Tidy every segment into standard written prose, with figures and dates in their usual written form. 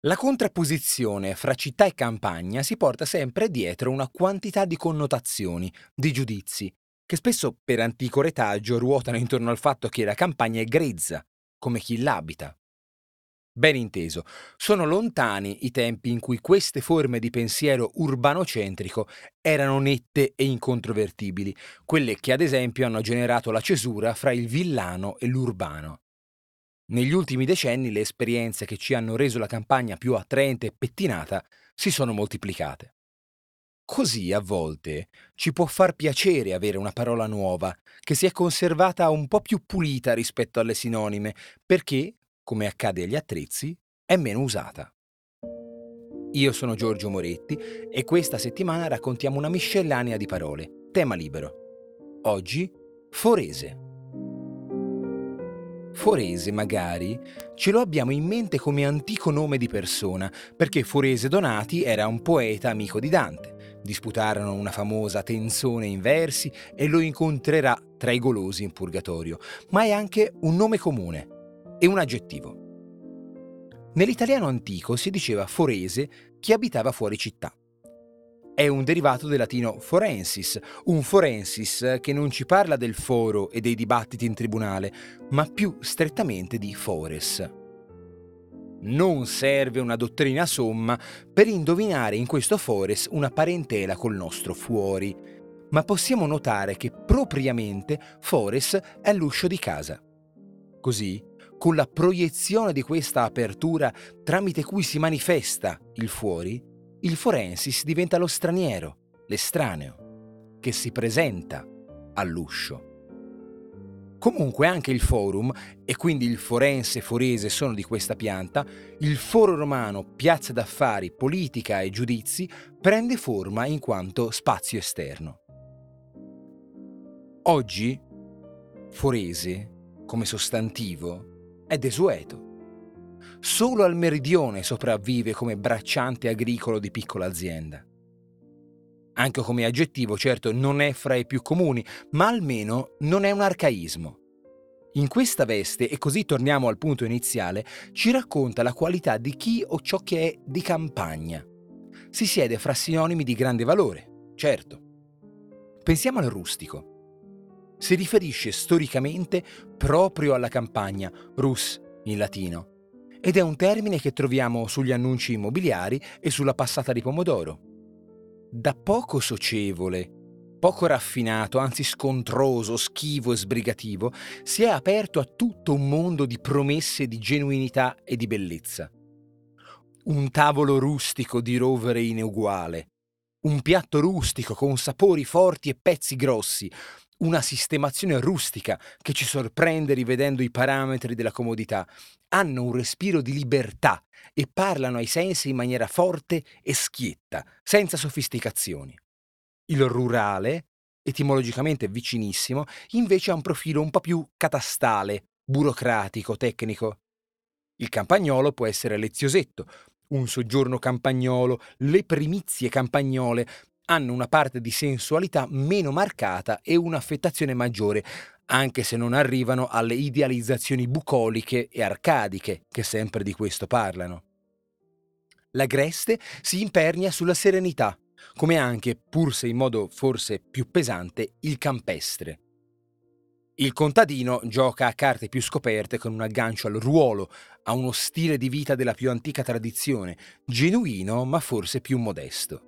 La contrapposizione fra città e campagna si porta sempre dietro una quantità di connotazioni, di giudizi, che spesso per antico retaggio ruotano intorno al fatto che la campagna è grezza, come chi l'abita. Ben inteso, sono lontani i tempi in cui queste forme di pensiero urbanocentrico erano nette e incontrovertibili, quelle che ad esempio hanno generato la cesura fra il villano e l'urbano. Negli ultimi decenni le esperienze che ci hanno reso la campagna più attraente e pettinata si sono moltiplicate. Così a volte ci può far piacere avere una parola nuova, che si è conservata un po' più pulita rispetto alle sinonime, perché, come accade agli attrezzi, è meno usata. Io sono Giorgio Moretti e questa settimana raccontiamo una miscellanea di parole, tema libero. Oggi, forese. Forese, magari, ce lo abbiamo in mente come antico nome di persona, perché Forese Donati era un poeta amico di Dante. Disputarono una famosa tenzone in versi e lo incontrerà tra i golosi in purgatorio, ma è anche un nome comune e un aggettivo. Nell'italiano antico si diceva forese chi abitava fuori città. È un derivato del latino forensis, un forensis che non ci parla del foro e dei dibattiti in tribunale, ma più strettamente di fores. Non serve una dottrina somma per indovinare in questo fores una parentela col nostro fuori, ma possiamo notare che propriamente fores è l'uscio di casa. Così, con la proiezione di questa apertura tramite cui si manifesta il fuori, il forensis diventa lo straniero, l'estraneo, che si presenta all'uscio. Comunque anche il forum, e quindi il forense e forese sono di questa pianta, il foro romano, piazza d'affari, politica e giudizi, prende forma in quanto spazio esterno. Oggi, forese, come sostantivo, è desueto. Solo al meridione sopravvive come bracciante agricolo di piccola azienda. Anche come aggettivo, certo, non è fra i più comuni, ma almeno non è un arcaismo. In questa veste, e così torniamo al punto iniziale, ci racconta la qualità di chi o ciò che è di campagna. Si siede fra sinonimi di grande valore, certo. Pensiamo al rustico. Si riferisce storicamente proprio alla campagna, rus in latino, ed è un termine che troviamo sugli annunci immobiliari e sulla passata di pomodoro. Da poco socievole, poco raffinato, anzi scontroso, schivo e sbrigativo, si è aperto a tutto un mondo di promesse di genuinità e di bellezza. Un tavolo rustico di rovere ineguale, un piatto rustico con sapori forti e pezzi grossi, una sistemazione rustica che ci sorprende rivedendo i parametri della comodità, hanno un respiro di libertà e parlano ai sensi in maniera forte e schietta, senza sofisticazioni. Il rurale, etimologicamente vicinissimo, invece ha un profilo un po' più catastale, burocratico, tecnico. Il campagnolo può essere leziosetto, un soggiorno campagnolo, le primizie campagnole hanno una parte di sensualità meno marcata e un'affettazione maggiore, anche se non arrivano alle idealizzazioni bucoliche e arcadiche che sempre di questo parlano. L'agreste si impernia sulla serenità, come anche, pur se in modo forse più pesante, il campestre. Il contadino gioca a carte più scoperte con un aggancio al ruolo, a uno stile di vita della più antica tradizione, genuino ma forse più modesto.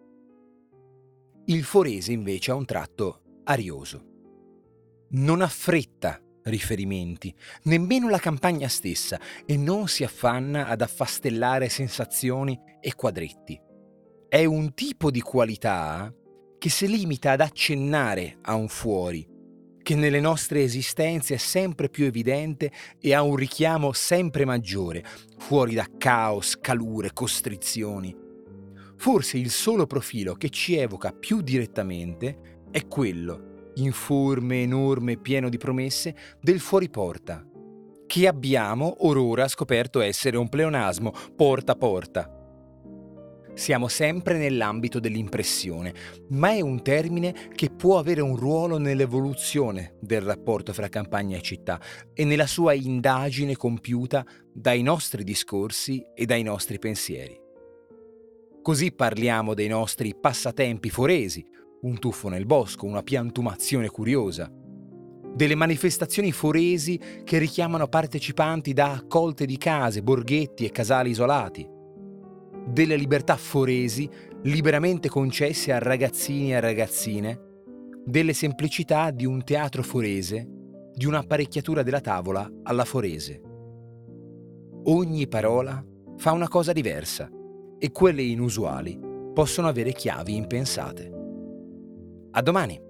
Il forese invece ha un tratto arioso. Non affretta riferimenti, nemmeno la campagna stessa, e non si affanna ad affastellare sensazioni e quadretti. È un tipo di qualità che si limita ad accennare a un fuori, che nelle nostre esistenze è sempre più evidente e ha un richiamo sempre maggiore, fuori da caos, calure, costrizioni. Forse il solo profilo che ci evoca più direttamente è quello, informe, enorme, pieno di promesse, del fuoriporta, che abbiamo or ora scoperto essere un pleonasmo, porta porta. Siamo sempre nell'ambito dell'impressione, ma è un termine che può avere un ruolo nell'evoluzione del rapporto fra campagna e città e nella sua indagine compiuta dai nostri discorsi e dai nostri pensieri. Così parliamo dei nostri passatempi foresi, un tuffo nel bosco, una piantumazione curiosa, delle manifestazioni foresi che richiamano partecipanti da accolte di case, borghetti e casali isolati, delle libertà foresi liberamente concesse a ragazzini e a ragazzine, delle semplicità di un teatro forese, di un'apparecchiatura della tavola alla forese. Ogni parola fa una cosa diversa e quelle inusuali possono avere chiavi impensate. A domani!